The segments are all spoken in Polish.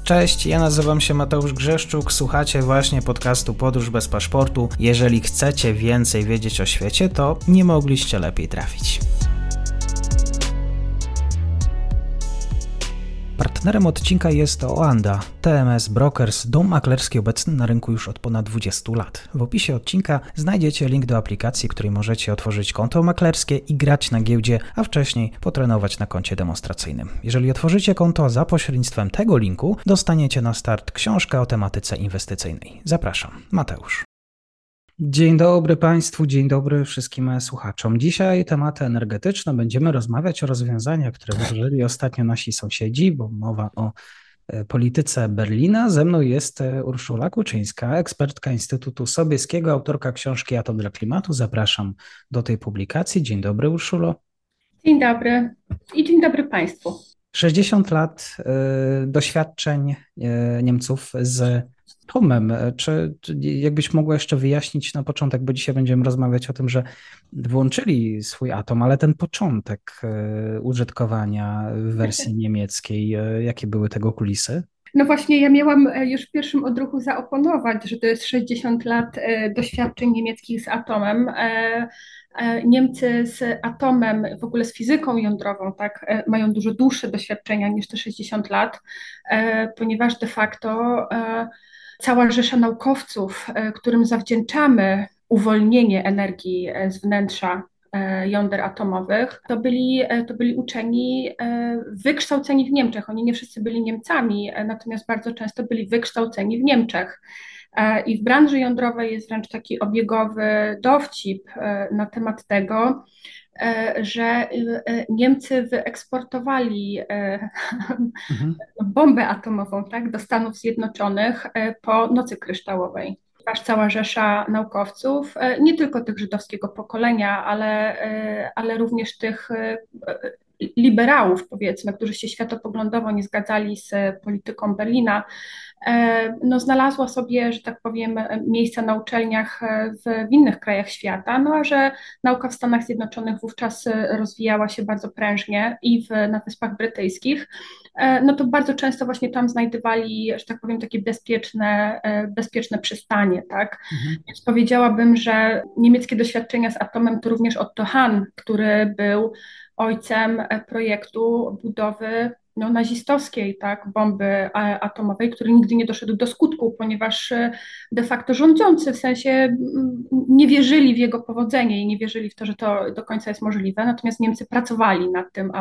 Cześć, ja nazywam się Mateusz Grzeszczuk, słuchacie właśnie podcastu Podróż bez paszportu. Jeżeli chcecie więcej wiedzieć o świecie, to nie mogliście lepiej trafić. Partnerem odcinka jest Oanda, TMS Brokers, dom maklerski obecny na rynku już od ponad 20 lat. W opisie odcinka znajdziecie link do aplikacji, w której możecie otworzyć konto maklerskie i grać na giełdzie, a wcześniej potrenować na koncie demonstracyjnym. Jeżeli otworzycie konto za pośrednictwem tego linku, dostaniecie na start książkę o tematyce inwestycyjnej. Zapraszam, Mateusz. Dzień dobry Państwu, dzień dobry wszystkim słuchaczom. Dzisiaj tematy energetyczne. Będziemy rozmawiać o rozwiązaniach, które wdrożyli ostatnio nasi sąsiedzi, bo mowa o polityce Berlina. Ze mną jest Urszula Kuczyńska, ekspertka Instytutu Sobieskiego, autorka książki Atom dla klimatu. Zapraszam do tej publikacji. Dzień dobry, Urszulo. Dzień dobry i dzień dobry Państwu. 60 lat doświadczeń Niemców z atomem. Czy jakbyś mogła jeszcze wyjaśnić na początek, bo dzisiaj będziemy rozmawiać o tym, że włączyli swój atom, ale ten początek użytkowania w wersji niemieckiej, jakie były tego kulisy? No właśnie, ja miałam już w pierwszym odruchu zaoponować, że to jest 60 lat doświadczeń niemieckich z atomem. Niemcy z atomem, w ogóle z fizyką jądrową, tak, mają dużo dłuższe doświadczenia niż te 60 lat, ponieważ de facto cała rzesza naukowców, którym zawdzięczamy uwolnienie energii z wnętrza jąder atomowych, to byli uczeni wykształceni w Niemczech. Oni nie wszyscy byli Niemcami, natomiast bardzo często byli wykształceni w Niemczech. I w branży jądrowej jest wręcz taki obiegowy dowcip na temat tego, że Niemcy wyeksportowali bombę atomową, tak, do Stanów Zjednoczonych po Nocy Kryształowej. Aż cała rzesza naukowców, nie tylko tych żydowskiego pokolenia, ale również tych liberałów, powiedzmy, którzy się światopoglądowo nie zgadzali z polityką Berlina, no, znalazła sobie, że tak powiem, miejsca na uczelniach w innych krajach świata, no a że nauka w Stanach Zjednoczonych wówczas rozwijała się bardzo prężnie i na Wyspach Brytyjskich, no to bardzo często właśnie tam znajdowali, że tak powiem, takie bezpieczne przystanie, tak? Więc powiedziałabym, że niemieckie doświadczenia z atomem to również Otto Hahn, który był ojcem projektu budowy nazistowskiej, tak, bomby atomowej, który nigdy nie doszedł do skutku, ponieważ de facto rządzący w sensie nie wierzyli w jego powodzenie i nie wierzyli w to, że to do końca jest możliwe. Natomiast Niemcy pracowali nad tym,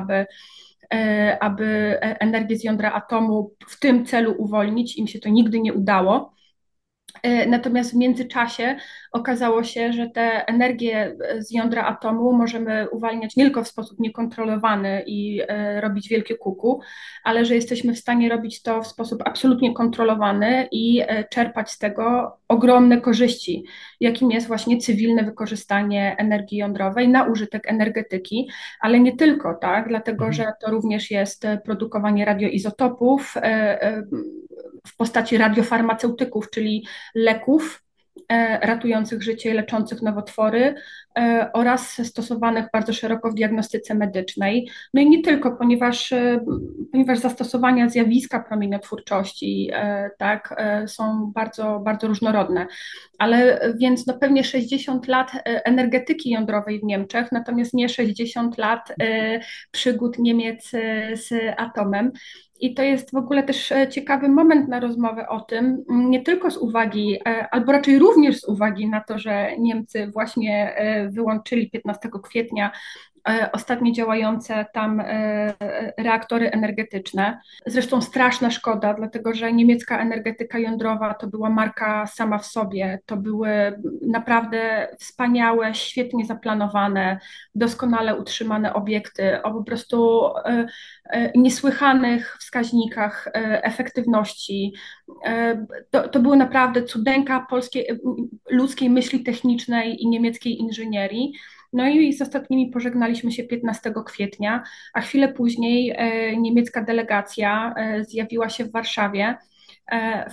aby energię z jądra atomu w tym celu uwolnić. Im się to nigdy nie udało. Natomiast w międzyczasie okazało się, że tę energię z jądra atomu możemy uwalniać nie tylko w sposób niekontrolowany i robić wielkie kuku, ale że jesteśmy w stanie robić to w sposób absolutnie kontrolowany i czerpać z tego ogromne korzyści, jakim jest właśnie cywilne wykorzystanie energii jądrowej na użytek energetyki, ale nie tylko, tak, dlatego że to również jest produkowanie radioizotopów w postaci radiofarmaceutyków, czyli leków ratujących życie i leczących nowotwory oraz stosowanych bardzo szeroko w diagnostyce medycznej. No i nie tylko, ponieważ zastosowania zjawiska promieniotwórczości tak, są bardzo, bardzo różnorodne. Ale więc no pewnie 60 lat energetyki jądrowej w Niemczech, natomiast nie 60 lat przygód Niemiec z atomem. I to jest w ogóle też ciekawy moment na rozmowę o tym, nie tylko z uwagi, albo raczej również z uwagi na to, że Niemcy właśnie wyłączyli 15 kwietnia ostatnie działające tam reaktory energetyczne. Zresztą straszna szkoda, dlatego że niemiecka energetyka jądrowa to była marka sama w sobie. To były naprawdę wspaniałe, świetnie zaplanowane, doskonale utrzymane obiekty o po prostu niesłychanych wskaźnikach efektywności. To były naprawdę cudeńka polskiej, ludzkiej myśli technicznej i niemieckiej inżynierii. No i z ostatnimi pożegnaliśmy się 15 kwietnia, a chwilę później niemiecka delegacja zjawiła się w Warszawie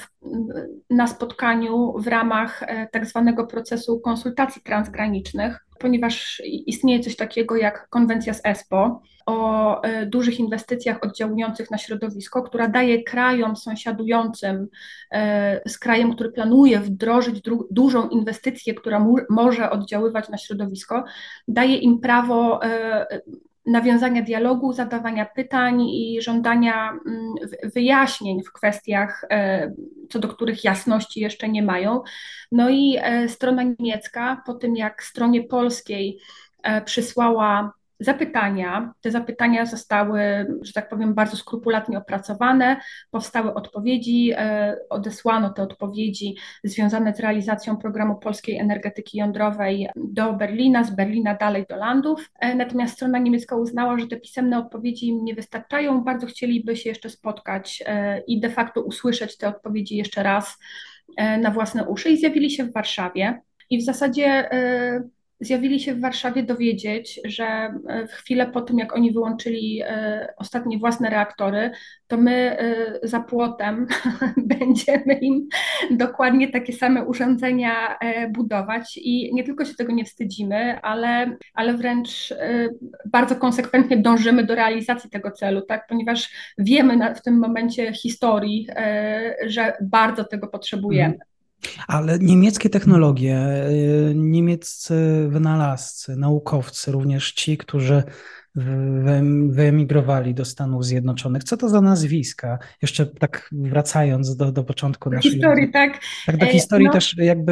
na spotkaniu w ramach tak zwanego procesu konsultacji transgranicznych. ponieważ istnieje coś takiego jak konwencja z Espoo o dużych inwestycjach oddziałujących na środowisko, która daje krajom sąsiadującym z krajem, który planuje wdrożyć dużą inwestycję, która może oddziaływać na środowisko, daje im prawo nawiązania dialogu, zadawania pytań i żądania wyjaśnień w kwestiach, co do których jasności jeszcze nie mają. No i strona niemiecka, po tym jak stronie polskiej przysłała zapytania, te zapytania zostały, że tak powiem, bardzo skrupulatnie opracowane, powstały odpowiedzi, odesłano te odpowiedzi związane z realizacją programu polskiej energetyki jądrowej do Berlina, z Berlina dalej do Landów. Natomiast strona niemiecka uznała, że te pisemne odpowiedzi im nie wystarczają, bardzo chcieliby się jeszcze spotkać i de facto usłyszeć te odpowiedzi jeszcze raz na własne uszy i zjawili się w Warszawie. I w zasadzie zjawili się w Warszawie dowiedzieć, że w chwilę po tym, jak oni wyłączyli ostatnie własne reaktory, to my za płotem będziemy im dokładnie takie same urządzenia budować i nie tylko się tego nie wstydzimy, ale wręcz bardzo konsekwentnie dążymy do realizacji tego celu, tak? Ponieważ wiemy w tym momencie historii, że bardzo tego potrzebujemy. Ale niemieckie technologie, niemieccy wynalazcy, naukowcy, również ci, którzy wyemigrowali do Stanów Zjednoczonych. Co to za nazwiska? Jeszcze tak wracając do początku Do naszej... historii, tak? Tak, do historii No, też jakby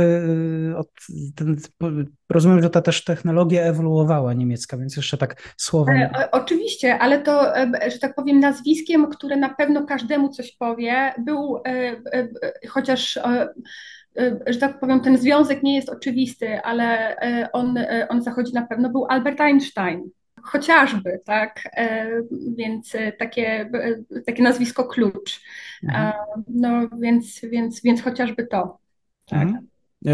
rozumiem, że ta też technologia ewoluowała niemiecka, więc jeszcze tak słowem... Oczywiście, ale to, że tak powiem, nazwiskiem, które na pewno każdemu coś powie, był chociaż, że tak powiem, ten związek nie jest oczywisty, ale on zachodzi na pewno, był Albert Einstein. Chociażby, tak? Więc takie nazwisko klucz. Mhm. No więc chociażby to. Tak. Mhm.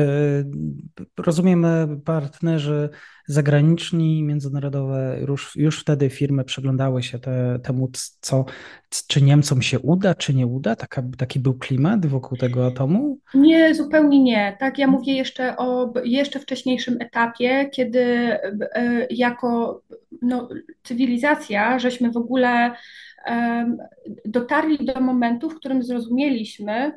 Rozumiem, partnerzy zagraniczni, międzynarodowe, już wtedy firmy przyglądały się temu, czy Niemcom się uda, czy nie uda. Taki był klimat wokół tego atomu. Nie, zupełnie nie. Tak, ja mówię jeszcze o jeszcze wcześniejszym etapie, kiedy jako no, cywilizacja, żeśmy w ogóle dotarli do momentu, w którym zrozumieliśmy,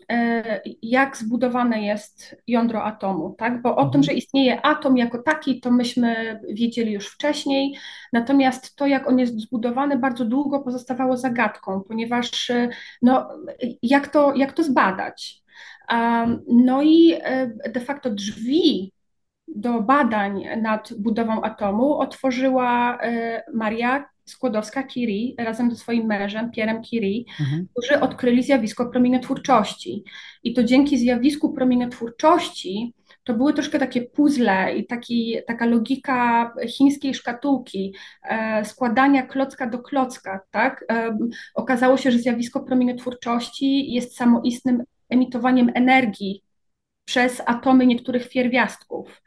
jak zbudowane jest jądro atomu, tak? Bo o tym, Mhm. że istnieje atom jako taki, to myśmy wiedzieli już wcześniej, natomiast to, jak on jest zbudowany, bardzo długo pozostawało zagadką, ponieważ no, jak to zbadać? No i de facto drzwi do badań nad budową atomu otworzyła Maria Skłodowska-Curie razem ze swoim mężem Pierre'em Curie, Mhm. którzy odkryli zjawisko promieniotwórczości. I to dzięki zjawisku promieniotwórczości to były troszkę takie puzzle i taka logika chińskiej szkatułki, składania klocka do klocka, tak? Okazało się, że zjawisko promieniotwórczości jest samoistnym emitowaniem energii przez atomy niektórych pierwiastków.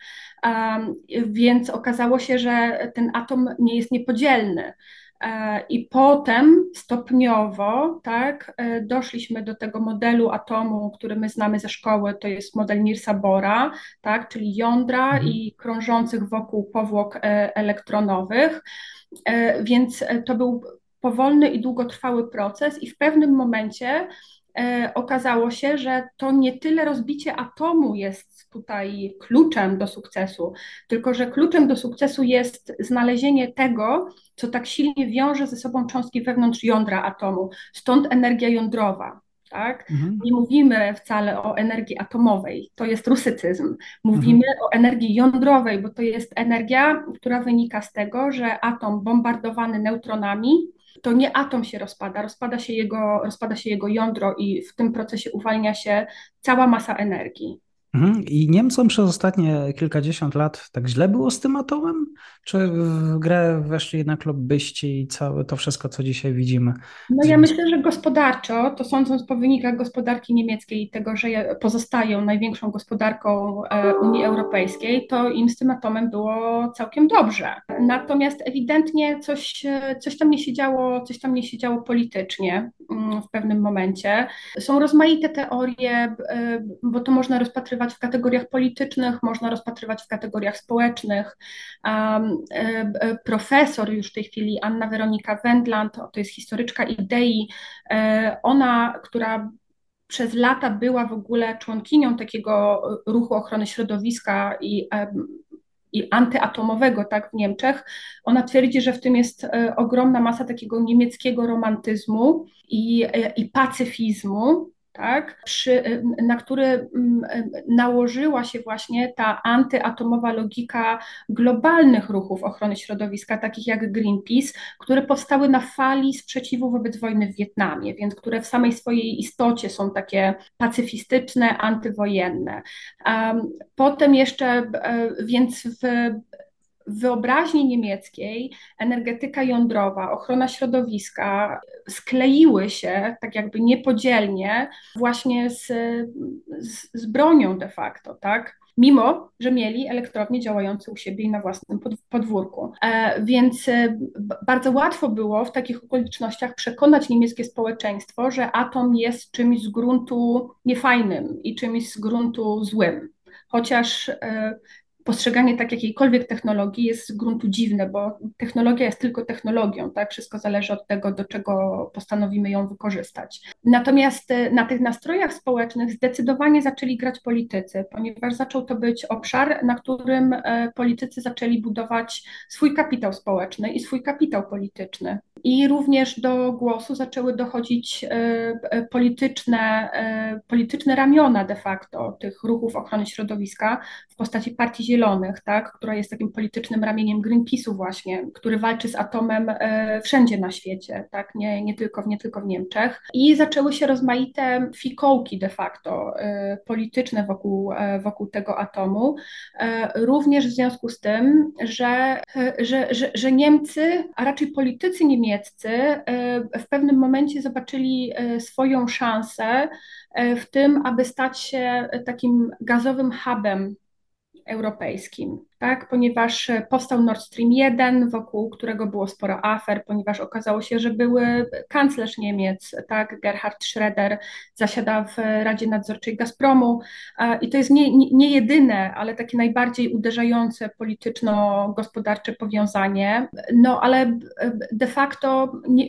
Więc okazało się, że ten atom nie jest niepodzielny. I potem stopniowo, tak, doszliśmy do tego modelu atomu, który my znamy ze szkoły, to jest model Nielsa-Bohra, tak, czyli jądra Mhm. i krążących wokół powłok elektronowych. Więc to był powolny i długotrwały proces i w pewnym momencie okazało się, że to nie tyle rozbicie atomu jest tutaj kluczem do sukcesu, tylko że kluczem do sukcesu jest znalezienie tego, co tak silnie wiąże ze sobą cząstki wewnątrz jądra atomu. Stąd energia jądrowa. Tak? Mhm. Nie mówimy wcale o energii atomowej, to jest rusycyzm. Mhm. Mówimy o energii jądrowej, bo to jest energia, która wynika z tego, że atom bombardowany neutronami to nie atom się rozpada, rozpada się jego jądro i w tym procesie uwalnia się cała masa energii. Mhm. I Niemcom przez ostatnie kilkadziesiąt lat tak źle było z tym atomem? Czy w grę weszli jednak lobbyści i całe to wszystko, co dzisiaj widzimy No w ja związku? myślę, że gospodarczo, to sądząc po wynikach gospodarki niemieckiej i tego, że pozostają największą gospodarką Unii Europejskiej, to im z tym atomem było całkiem dobrze. Natomiast ewidentnie coś tam nie siedziało politycznie. w pewnym momencie. Są rozmaite teorie, bo to można rozpatrywać w kategoriach politycznych, można rozpatrywać w kategoriach społecznych. Profesor już w tej chwili, Anna Weronika Wendland, to jest historyczka idei, ona, która przez lata była w ogóle członkinią takiego ruchu ochrony środowiska i antyatomowego, tak, w Niemczech. Ona twierdzi, że w tym jest ogromna masa takiego niemieckiego romantyzmu i pacyfizmu, tak, na który nałożyła się właśnie ta antyatomowa logika globalnych ruchów ochrony środowiska, takich jak Greenpeace, które powstały na fali sprzeciwu wobec wojny w Wietnamie, więc które w samej swojej istocie są takie pacyfistyczne, antywojenne. Potem jeszcze, więc w wyobraźni niemieckiej energetyka jądrowa, ochrona środowiska skleiły się tak jakby niepodzielnie właśnie z bronią de facto, tak? Mimo że mieli elektrownie działające u siebie i na własnym podwórku. Więc bardzo łatwo było w takich okolicznościach przekonać niemieckie społeczeństwo, że atom jest czymś z gruntu niefajnym i czymś z gruntu złym. Chociaż postrzeganie tak jakiejkolwiek technologii jest z gruntu dziwne, bo technologia jest tylko technologią, tak? Wszystko zależy od tego, do czego postanowimy ją wykorzystać. Natomiast na tych nastrojach społecznych zdecydowanie zaczęli grać politycy, ponieważ zaczął to być obszar, na którym politycy zaczęli budować swój kapitał społeczny i swój kapitał polityczny. I również do głosu zaczęły dochodzić polityczne ramiona de facto tych ruchów ochrony środowiska w postaci Partii Zielonych, tak, która jest takim politycznym ramieniem Greenpeace'u właśnie, który walczy z atomem wszędzie na świecie, tak, nie tylko w Niemczech. I zaczęły się rozmaite fikołki de facto polityczne wokół tego atomu, również w związku z tym, że Niemcy, a raczej politycy niemieccy w pewnym momencie zobaczyli swoją szansę w tym, aby stać się takim gazowym hubem europejskim, tak? Ponieważ powstał Nord Stream 1, wokół którego było sporo afer, ponieważ okazało się, że były kanclerz Niemiec, tak? Gerhard Schröder zasiada w Radzie Nadzorczej Gazpromu i to jest nie jedyne, ale takie najbardziej uderzające polityczno-gospodarcze powiązanie, no ale de facto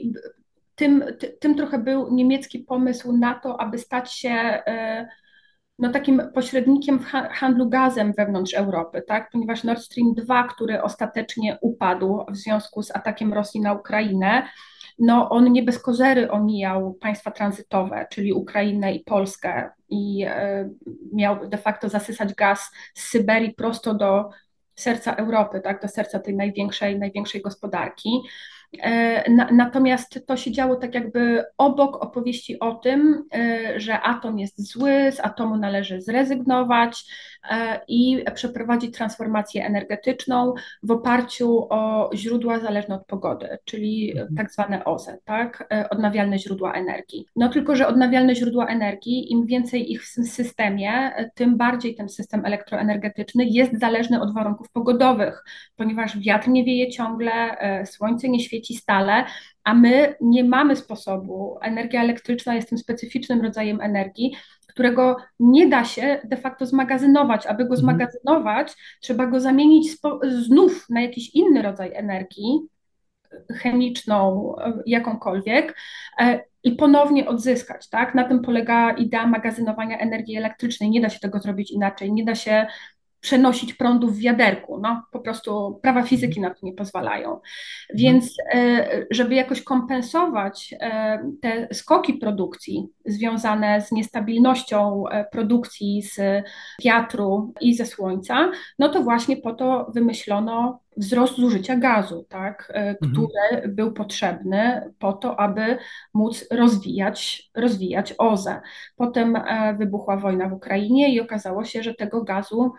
tym trochę był niemiecki pomysł na to, aby stać się no, takim pośrednikiem w handlu gazem wewnątrz Europy, tak? Ponieważ Nord Stream 2, który ostatecznie upadł w związku z atakiem Rosji na Ukrainę, no on nie bez kozery omijał państwa tranzytowe, czyli Ukrainę i Polskę i miał de facto zasysać gaz z Syberii prosto do serca Europy, tak? Do serca tej największej gospodarki. Natomiast to się działo tak jakby obok opowieści o tym, że atom jest zły, z atomu należy zrezygnować i przeprowadzić transformację energetyczną w oparciu o źródła zależne od pogody, czyli tak zwane OZE, tak? Odnawialne źródła energii. No tylko, że odnawialne źródła energii, im więcej ich w systemie, tym bardziej ten system elektroenergetyczny jest zależny od warunków pogodowych, ponieważ wiatr nie wieje ciągle, słońce nie świeci stale, a my nie mamy sposobu. Energia elektryczna jest tym specyficznym rodzajem energii, którego nie da się de facto zmagazynować. Aby go zmagazynować, trzeba go zamienić znów na jakiś inny rodzaj energii, chemiczną, jakąkolwiek, i ponownie odzyskać, tak? Na tym polega idea magazynowania energii elektrycznej. Nie da się tego zrobić inaczej, nie da się przenosić prądu w wiaderku. No, po prostu prawa fizyki na to nie pozwalają. Więc żeby jakoś kompensować te skoki produkcji związane z niestabilnością produkcji z wiatru i ze słońca, no to właśnie po to wymyślono wzrost zużycia gazu, tak, który był potrzebny po to, aby móc rozwijać OZE. Potem wybuchła wojna w Ukrainie i okazało się, że tego gazu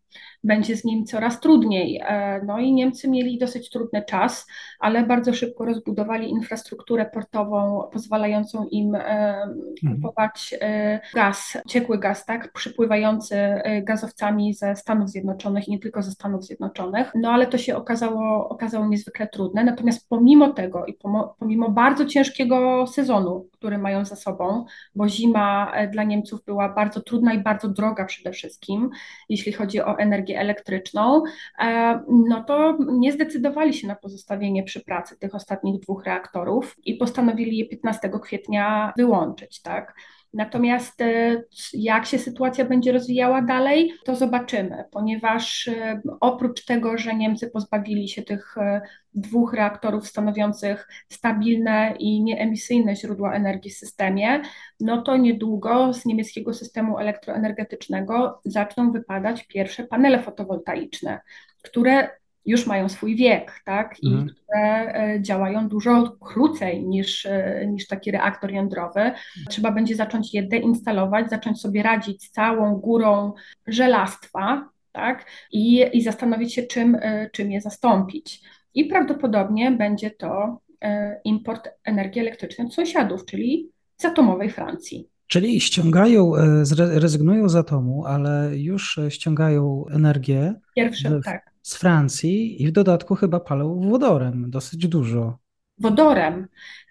będzie z nim coraz trudniej. No i Niemcy mieli dosyć trudny czas, ale bardzo szybko rozbudowali infrastrukturę portową, pozwalającą im Mhm. kupować gaz, ciekły gaz, tak, przypływający gazowcami ze Stanów Zjednoczonych i nie tylko ze Stanów Zjednoczonych. No ale to się okazało niezwykle trudne. Natomiast pomimo tego i pomimo bardzo ciężkiego sezonu, który mają za sobą, bo zima dla Niemców była bardzo trudna i bardzo droga przede wszystkim, jeśli chodzi o energię elektryczną, no to nie zdecydowali się na pozostawienie przy pracy tych ostatnich dwóch reaktorów i postanowili je 15 kwietnia wyłączyć, tak? Natomiast jak się sytuacja będzie rozwijała dalej, to zobaczymy, ponieważ oprócz tego, że Niemcy pozbawili się tych dwóch reaktorów stanowiących stabilne i nieemisyjne źródła energii w systemie, no to niedługo z niemieckiego systemu elektroenergetycznego zaczną wypadać pierwsze panele fotowoltaiczne, które już mają swój wiek, tak? I Mhm. które działają dużo krócej niż taki reaktor jądrowy. Trzeba będzie zacząć je deinstalować, zacząć sobie radzić z całą górą żelastwa, tak? I zastanowić się, czym je zastąpić. I prawdopodobnie będzie to import energii elektrycznej od sąsiadów, czyli z atomowej Francji. Czyli ściągają, rezygnują z atomu, ale już ściągają energię Pierwszy, tak, z Francji i w dodatku chyba palą wodorem dosyć dużo. wodorem.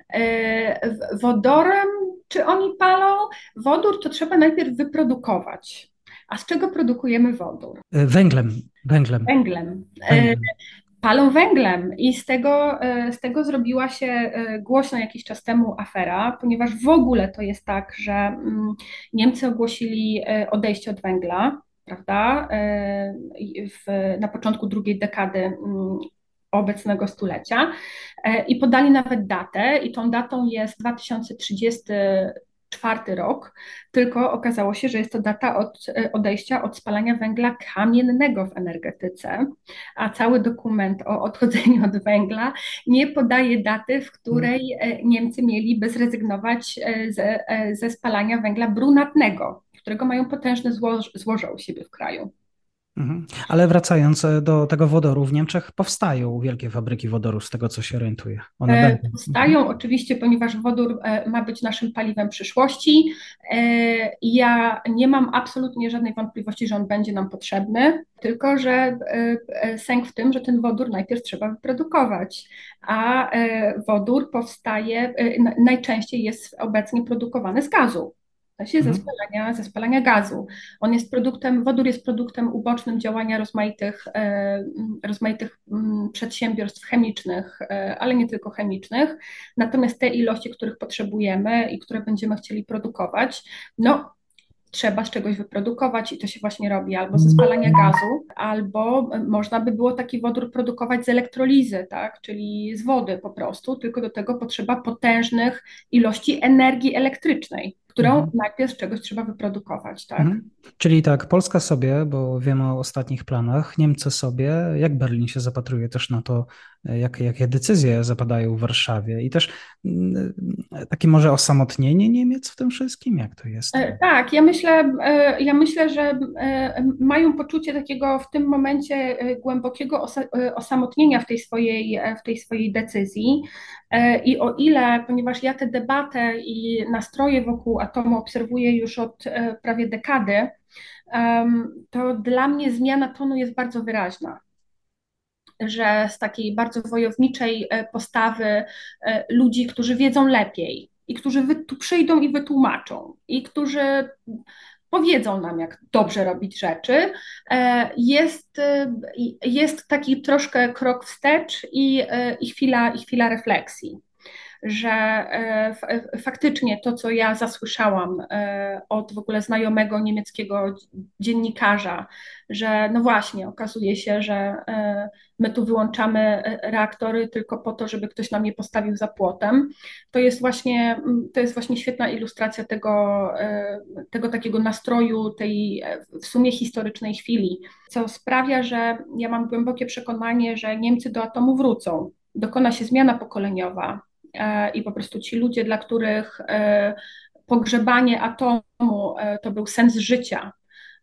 Wodorem, czy oni palą? Wodór to trzeba najpierw wyprodukować. A z czego produkujemy wodór? Węglem, węglem, Węglem. węglem. Palą węglem i z tego zrobiła się głośna jakiś czas temu afera, ponieważ w ogóle to jest tak, że Niemcy ogłosili odejście od węgla, prawda, na początku drugiej dekady obecnego stulecia i podali nawet datę i tą datą jest 2034 rok, tylko okazało się, że jest to data odejścia od spalania węgla kamiennego w energetyce, a cały dokument o odchodzeniu od węgla nie podaje daty, w której Niemcy mieliby zrezygnować ze spalania węgla brunatnego, którego mają potężne złoża u siebie w kraju. Mhm. Ale wracając do tego wodoru, w Niemczech powstają wielkie fabryki wodoru, z tego co się orientuję. One będą. Mhm. Powstają oczywiście, ponieważ wodór ma być naszym paliwem przyszłości. I ja nie mam absolutnie żadnej wątpliwości, że on będzie nam potrzebny, tylko że sęk w tym, że ten wodór najpierw trzeba wyprodukować, a wodór powstaje, najczęściej jest obecnie produkowany z gazu. W sensie Mhm. ze spalania gazu. Wodór jest produktem ubocznym działania rozmaitych przedsiębiorstw chemicznych, ale nie tylko chemicznych. Natomiast te ilości, których potrzebujemy i które będziemy chcieli produkować, no trzeba z czegoś wyprodukować i to się właśnie robi albo ze spalania gazu, albo można by było taki wodór produkować z elektrolizy, tak, czyli z wody po prostu, tylko do tego potrzeba potężnych ilości energii elektrycznej, którą Mhm. najpierw z czegoś trzeba wyprodukować, tak. Mhm. Czyli tak, Polska sobie, bo wiemy o ostatnich planach, Niemcy sobie, jak Berlin się zapatruje też na to, jakie decyzje zapadają w Warszawie i też takie może osamotnienie Niemiec w tym wszystkim, jak to jest? Tak, ja myślę, że mają poczucie takiego w tym momencie głębokiego osamotnienia w tej swojej decyzji. I o ile, ponieważ ja tę debatę i nastroje wokół atomu obserwuję już od prawie dekady, to dla mnie zmiana tonu jest bardzo wyraźna. Że z takiej bardzo wojowniczej postawy ludzi, którzy wiedzą lepiej i którzy tu przyjdą i wytłumaczą i którzy powiedzą nam, jak dobrze robić rzeczy, jest taki troszkę krok wstecz i chwila refleksji, że faktycznie to, co ja zasłyszałam od w ogóle znajomego niemieckiego dziennikarza, że no właśnie, okazuje się, że my tu wyłączamy reaktory tylko po to, żeby ktoś nam je postawił za płotem, to jest właśnie świetna ilustracja tego takiego nastroju, tej w sumie historycznej chwili, co sprawia, że ja mam głębokie przekonanie, że Niemcy do atomu wrócą. Dokona się zmiana pokoleniowa, i po prostu ci ludzie, dla których pogrzebanie atomu to był sens życia,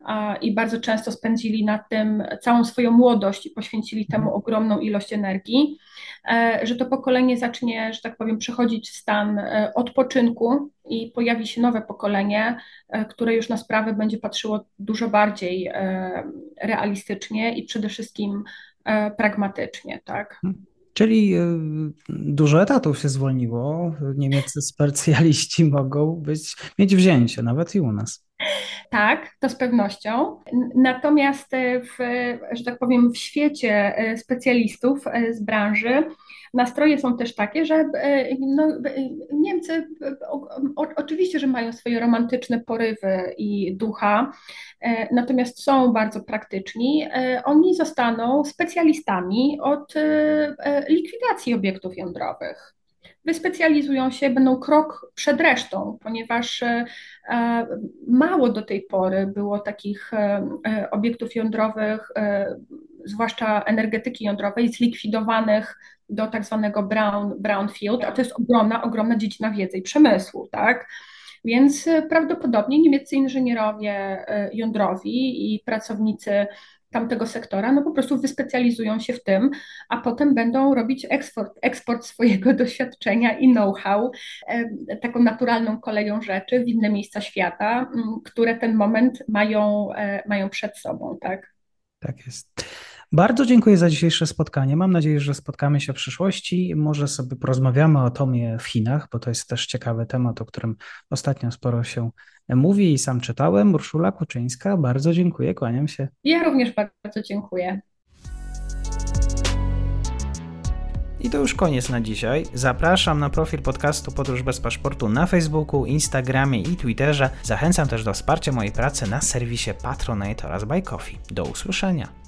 i bardzo często spędzili na tym całą swoją młodość i poświęcili temu ogromną ilość energii, że to pokolenie zacznie, że tak powiem, przechodzić w stan odpoczynku i pojawi się nowe pokolenie, które już na sprawę będzie patrzyło dużo bardziej realistycznie i przede wszystkim pragmatycznie, tak? Czyli dużo etatów się zwolniło. Niemieccy specjaliści mogą mieć wzięcie, nawet i u nas. Tak, to z pewnością. Natomiast że tak powiem, w świecie specjalistów z branży nastroje są też takie, że no, Niemcy oczywiście, że mają swoje romantyczne porywy i ducha, natomiast są bardzo praktyczni. Oni zostaną specjalistami od likwidacji obiektów jądrowych. Wyspecjalizują się, będą krok przed resztą, ponieważ mało do tej pory było takich obiektów jądrowych, zwłaszcza energetyki jądrowej, zlikwidowanych do tak zwanego brownfield, a to jest ogromna dziedzina wiedzy i przemysłu, tak? Więc prawdopodobnie niemieccy inżynierowie jądrowi i pracownicy tamtego sektora, no po prostu wyspecjalizują się w tym, a potem będą robić eksport swojego doświadczenia i know-how taką naturalną koleją rzeczy w inne miejsca świata, które ten moment mają przed sobą, tak? Tak jest. Bardzo dziękuję za dzisiejsze spotkanie. Mam nadzieję, że spotkamy się w przyszłości. Może sobie porozmawiamy o atomie w Chinach, bo to jest też ciekawy temat, o którym ostatnio sporo się mówi i sam czytałem. Urszula Kuczyńska, bardzo dziękuję, kłaniam się. Ja również bardzo dziękuję. I to już koniec na dzisiaj. Zapraszam na profil podcastu Podróż bez paszportu na Facebooku, Instagramie i Twitterze. Zachęcam też do wsparcia mojej pracy na serwisie Patronite oraz Buy Coffee. Do usłyszenia.